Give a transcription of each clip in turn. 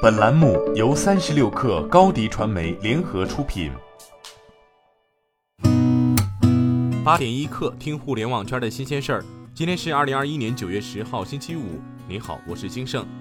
本栏目由36氪高迪传媒联合出品。 8点1刻，听互联网圈的新鲜事儿。今天是2021年9月10号，星期五。您好，我是金盛。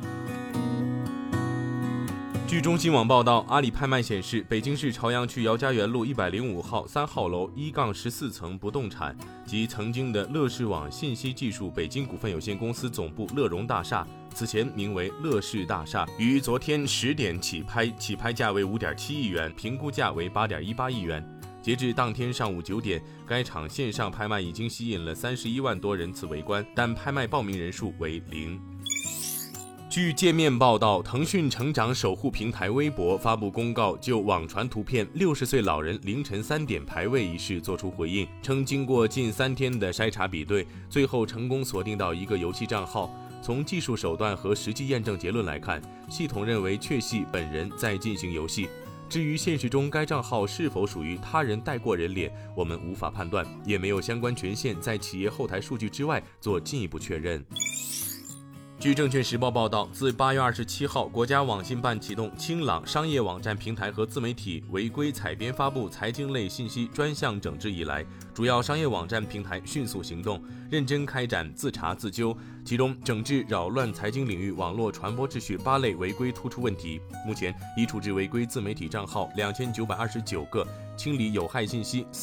据中新网报道，阿里拍卖显示，北京市朝阳区姚家园路105号3号楼1-14层不动产及曾经的乐视网信息技术北京股份有限公司总部乐融大厦，此前名为乐视大厦，于昨天10点起拍，起拍价为5.7亿元，评估价为8.18亿元。截至当天上午9点，该场线上拍卖已经吸引了31万多人次围观，但拍卖报名人数为0。据界面报道，腾讯成长守护平台微博发布公告，就网传图片60岁老人凌晨3点排位一事作出回应，称经过近3天的筛查比对，最后成功锁定到一个游戏账号。从技术手段和实际验证结论来看，系统认为确系本人在进行游戏。至于现实中该账号是否属于他人带过人脸，我们无法判断，也没有相关权限在企业后台数据之外做进一步确认。据证券时报报道，自8月27号，国家网信办启动清朗商业网站平台和自媒体违规采编发布财经类信息专项整治以来，主要商业网站平台迅速行动，认真开展自查自纠，其中整治扰乱财经领域网络传播秩序8类违规突出问题。目前已处置违规自媒体账号2929个，清理有害信息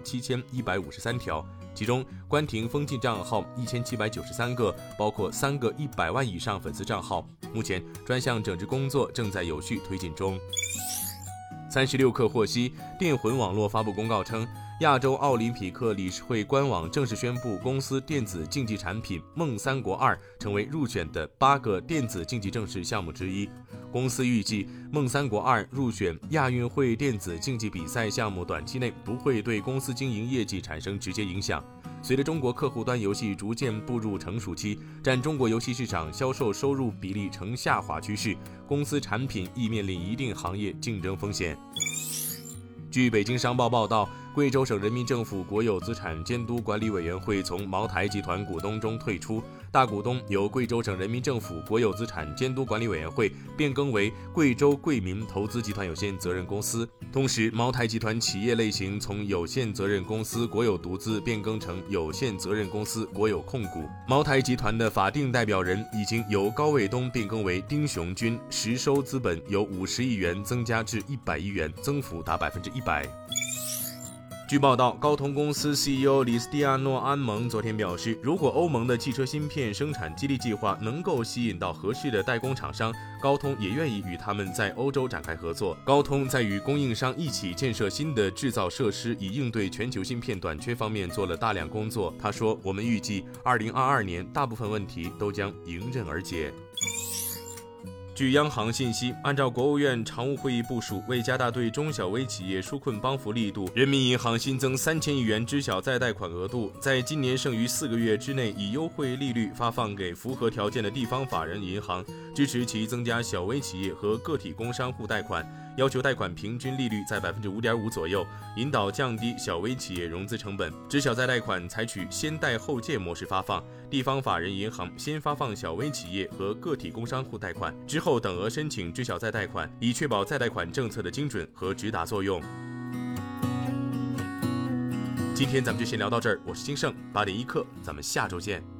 47153条。其中关停封禁账号1793个，包括3个100万以上粉丝账号。目前专项整治工作正在有序推进中。36氪获悉，电魂网络发布公告称，亚洲奥林匹克理事会官网正式宣布，公司电子竞技产品梦三国2成为入选的8个电子竞技正式项目之一。公司预计梦三国2入选亚运会电子竞技比赛项目短期内不会对公司经营业绩产生直接影响。随着中国客户端游戏逐渐步入成熟期，占中国游戏市场销售收入比例呈下滑趋势，公司产品亦面临一定行业竞争风险。据北京商报报道，贵州省人民政府国有资产监督管理委员会从茅台集团股东中退出，大股东由贵州省人民政府国有资产监督管理委员会变更为贵州贵民投资集团有限责任公司。同时，茅台集团企业类型从有限责任公司国有独资变更成有限责任公司国有控股。茅台集团的法定代表人已经由高卫东变更为丁雄军，实收资本由50亿元增加至100亿元，增幅达100%。据报道，高通公司 CEO 里斯蒂亚诺·安蒙昨天表示，如果欧盟的汽车芯片生产激励计划能够吸引到合适的代工厂商，高通也愿意与他们在欧洲展开合作。高通在与供应商一起建设新的制造设施，以应对全球芯片短缺方面做了大量工作。他说，我们预计2022年大部分问题都将迎刃而解。据央行信息，按照国务院常务会议部署，为加大对中小微企业纾困帮扶力度，人民银行新增3000亿元知晓再贷款额度，在今年剩余4个月之内，以优惠利率发放给符合条件的地方法人银行，支持其增加小微企业和个体工商户贷款，要求贷款平均利率在5.5%左右，引导降低小微企业融资成本。知晓再贷款采取先贷后借模式发放，地方法人银行先发放小微企业和个体工商户贷款，之后等额申请知晓再贷款，以确保再贷款政策的精准和直达作用。今天咱们就先聊到这儿，我是金盛，8点1刻，咱们下周见。